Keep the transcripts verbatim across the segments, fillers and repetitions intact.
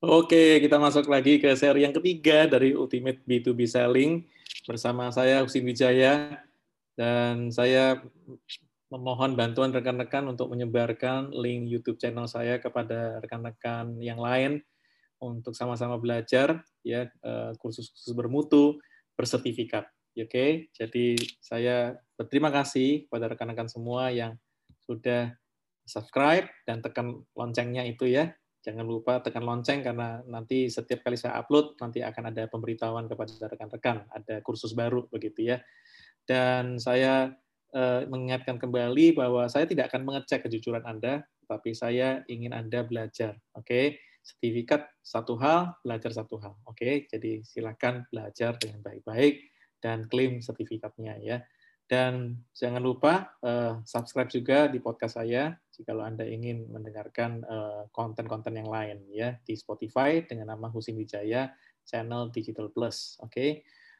Oke, kita masuk lagi ke seri yang ketiga dari Ultimate B to B Selling bersama saya Husin Wijaya, dan saya memohon bantuan rekan-rekan untuk menyebarkan link YouTube channel saya kepada rekan-rekan yang lain untuk sama-sama belajar ya eh, kursus-kursus bermutu bersertifikat. Oke, jadi saya berterima kasih kepada rekan-rekan semua yang sudah subscribe dan tekan loncengnya itu ya. Jangan lupa tekan lonceng karena nanti setiap kali saya upload nanti akan ada pemberitahuan kepada rekan-rekan, ada kursus baru begitu ya. Dan saya eh, mengingatkan kembali bahwa saya tidak akan mengecek kejujuran Anda, tapi saya ingin Anda belajar. Oke, sertifikat satu hal, belajar satu hal. Oke, jadi silakan belajar dengan baik-baik dan klaim sertifikatnya ya. Dan jangan lupa uh, subscribe juga di podcast saya jika Anda ingin mendengarkan uh, konten-konten yang lain ya di Spotify dengan nama Husin Wijaya Channel Digital Plus. Oke. Okay?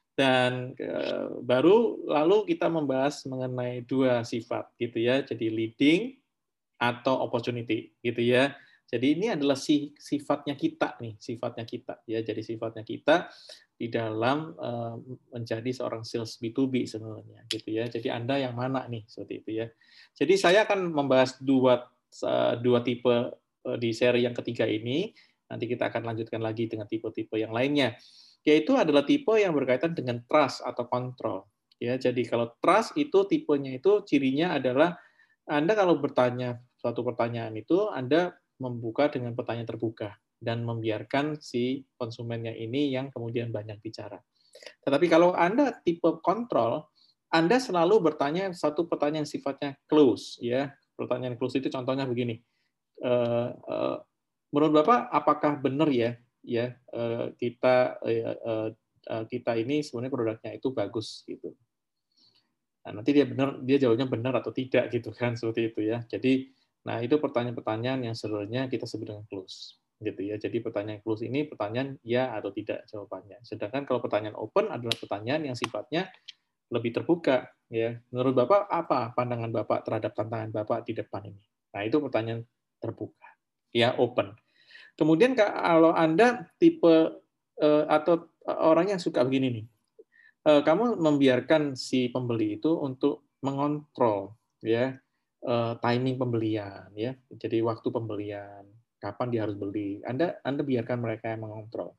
Dan uh, baru lalu kita membahas mengenai dua sifat gitu ya. Jadi leading atau opportunity gitu ya. Jadi ini adalah sifatnya kita nih, sifatnya kita ya. Jadi sifatnya kita di dalam uh, menjadi seorang sales B to B sebenarnya gitu ya. Jadi Anda yang mana nih seperti itu ya. Jadi saya akan membahas dua uh, dua tipe uh, di seri yang ketiga ini. Nanti kita akan lanjutkan lagi dengan tipe-tipe yang lainnya. Yaitu adalah tipe yang berkaitan dengan trust atau kontrol. Ya, jadi kalau trust itu tipenya itu cirinya adalah Anda kalau bertanya suatu pertanyaan itu Anda membuka dengan pertanyaan terbuka dan membiarkan si konsumennya ini yang kemudian banyak bicara. Tetapi kalau Anda tipe kontrol, Anda selalu bertanya satu pertanyaan yang sifatnya close, ya. Pertanyaan close itu contohnya begini. Uh, uh, menurut Bapak, apakah benar ya, ya uh, kita uh, uh, kita ini sebenarnya produknya itu bagus gitu. Nah, nanti dia benar, dia jawabnya benar atau tidak gitu kan, seperti itu ya. Jadi, nah itu pertanyaan-pertanyaan yang sebenarnya kita sebut dengan close, gitu ya. Jadi pertanyaan close ini pertanyaan ya atau tidak jawabannya. Sedangkan kalau pertanyaan open adalah pertanyaan yang sifatnya lebih terbuka, ya. Menurut Bapak apa pandangan Bapak terhadap tantangan Bapak di depan ini? Nah itu pertanyaan terbuka, ya open. Kemudian kalau Anda tipe eh, atau orang yang suka begini nih, kamu membiarkan si pembeli itu untuk mengontrol ya timing pembelian ya. Jadi waktu pembelian, kapan dia harus beli. Anda Anda biarkan mereka yang mengontrol.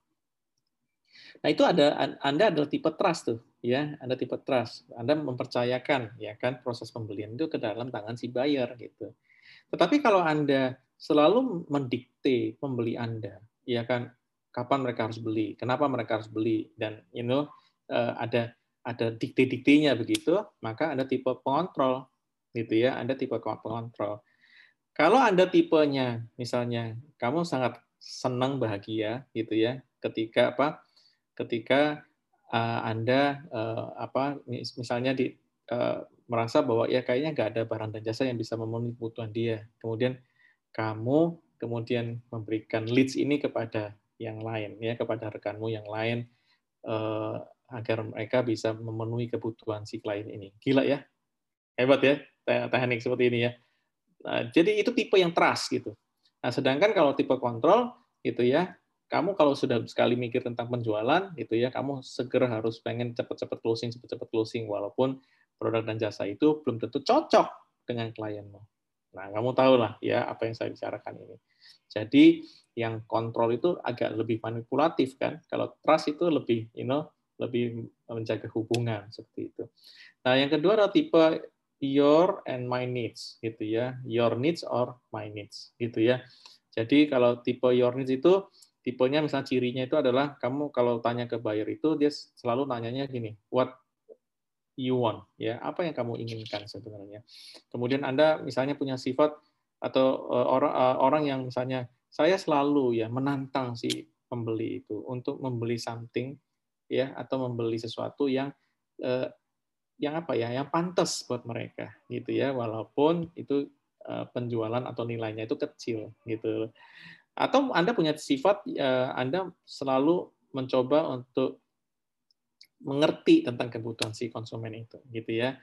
Nah, itu ada Anda adalah tipe trust tuh ya. Anda tipe trust. Anda mempercayakan ya kan proses pembelian itu ke dalam tangan si buyer gitu. Tetapi kalau Anda selalu mendikte pembeli Anda, ya kan, kapan mereka harus beli, kenapa mereka harus beli, dan you know ada ada dikte-diktenya begitu, maka Anda tipe pengontrol, gitu ya. Anda tipe pengontrol. Kalau Anda tipenya, misalnya, kamu sangat senang bahagia, gitu ya, ketika apa? Ketika uh, Anda uh, apa? Misalnya di uh, merasa bahwa ya kayaknya nggak ada barang dan jasa yang bisa memenuhi kebutuhan dia. Kemudian kamu kemudian memberikan leads ini kepada yang lain, ya kepada rekanmu yang lain eh, agar mereka bisa memenuhi kebutuhan si klien ini. Gila ya, hebat ya teknik seperti ini ya. Nah, jadi itu tipe yang trust gitu. Nah, sedangkan kalau tipe kontrol gitu ya, kamu kalau sudah sekali mikir tentang penjualan gitu ya, kamu segera harus pengen cepat-cepat closing, cepat-cepat closing walaupun produk dan jasa itu belum tentu cocok dengan klienmu. Nah, kamu tahu lah ya apa yang saya bicarakan ini. Jadi yang kontrol itu agak lebih manipulatif kan. Kalau trust itu lebih you know, lebih menjaga hubungan seperti itu. Nah, yang kedua adalah tipe your and my needs gitu ya. Your needs or my needs gitu ya. Jadi kalau tipe your needs itu tipenya misalnya cirinya itu adalah kamu kalau tanya ke buyer itu dia selalu nanyanya gini, what you want ya, apa yang kamu inginkan sebenarnya. Kemudian Anda misalnya punya sifat atau uh, orang uh, orang yang misalnya saya selalu ya menantang si pembeli itu untuk membeli something ya atau membeli sesuatu yang uh, yang apa ya, yang pantas buat mereka gitu ya, walaupun itu uh, penjualan atau nilainya itu kecil gitu. Atau Anda punya sifat uh, Anda selalu mencoba untuk mengerti tentang kebutuhan si konsumen itu gitu ya.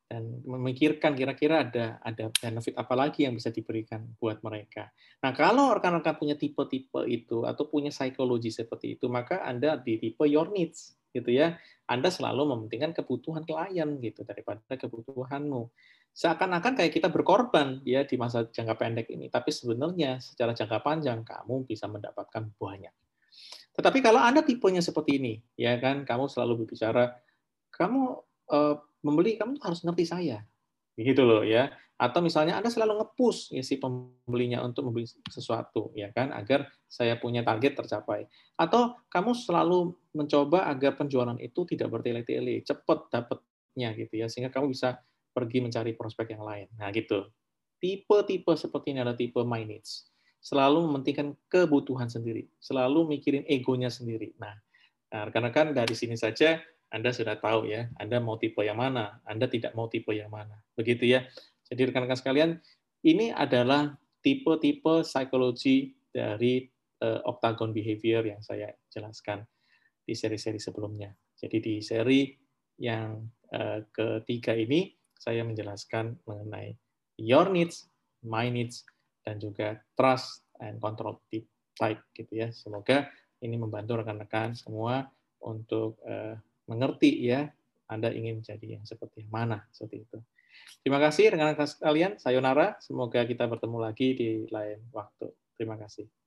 dan memikirkan kira-kira ada ada benefit apa lagi yang bisa diberikan buat mereka. Nah, kalau rekan-rekan punya tipe-tipe itu atau punya psikologi seperti itu, maka Anda di tipe your needs gitu ya. Anda selalu mementingkan kebutuhan klien gitu daripada kebutuhanmu. Seakan-akan kayak kita berkorban ya di masa jangka pendek ini, tapi sebenarnya secara jangka panjang kamu bisa mendapatkan banyak. Tetapi kalau Anda tipenya seperti ini, ya kan, kamu selalu berbicara, kamu eh, membeli, kamu harus ngerti saya, gitu loh ya. Atau misalnya Anda selalu nge-push ya, si pembelinya untuk membeli sesuatu, ya kan, agar saya punya target tercapai. Atau kamu selalu mencoba agar penjualan itu tidak bertele-tele, cepat dapatnya gitu ya, sehingga kamu bisa pergi mencari prospek yang lain. Nah gitu. Tipe-tipe seperti ini adalah tipe my needs. Selalu mementingkan kebutuhan sendiri, selalu mikirin egonya sendiri. Nah, Nah, karena kan dari sini saja Anda sudah tahu ya, Anda mau tipe yang mana, Anda tidak mau tipe yang mana. Begitu ya. Jadi rekan-rekan sekalian, ini adalah tipe-tipe psikologi dari uh, octagon behavior yang saya jelaskan di seri-seri sebelumnya. Jadi di seri yang uh, ketiga ini, saya menjelaskan mengenai your needs, my needs, dan juga trust and control type gitu ya. Semoga ini membantu rekan-rekan semua untuk uh, mengerti ya Anda ingin jadi yang seperti yang mana seperti itu. Terima kasih rekan-rekan sekalian, sayonara. Semoga kita bertemu lagi di lain waktu. Terima kasih.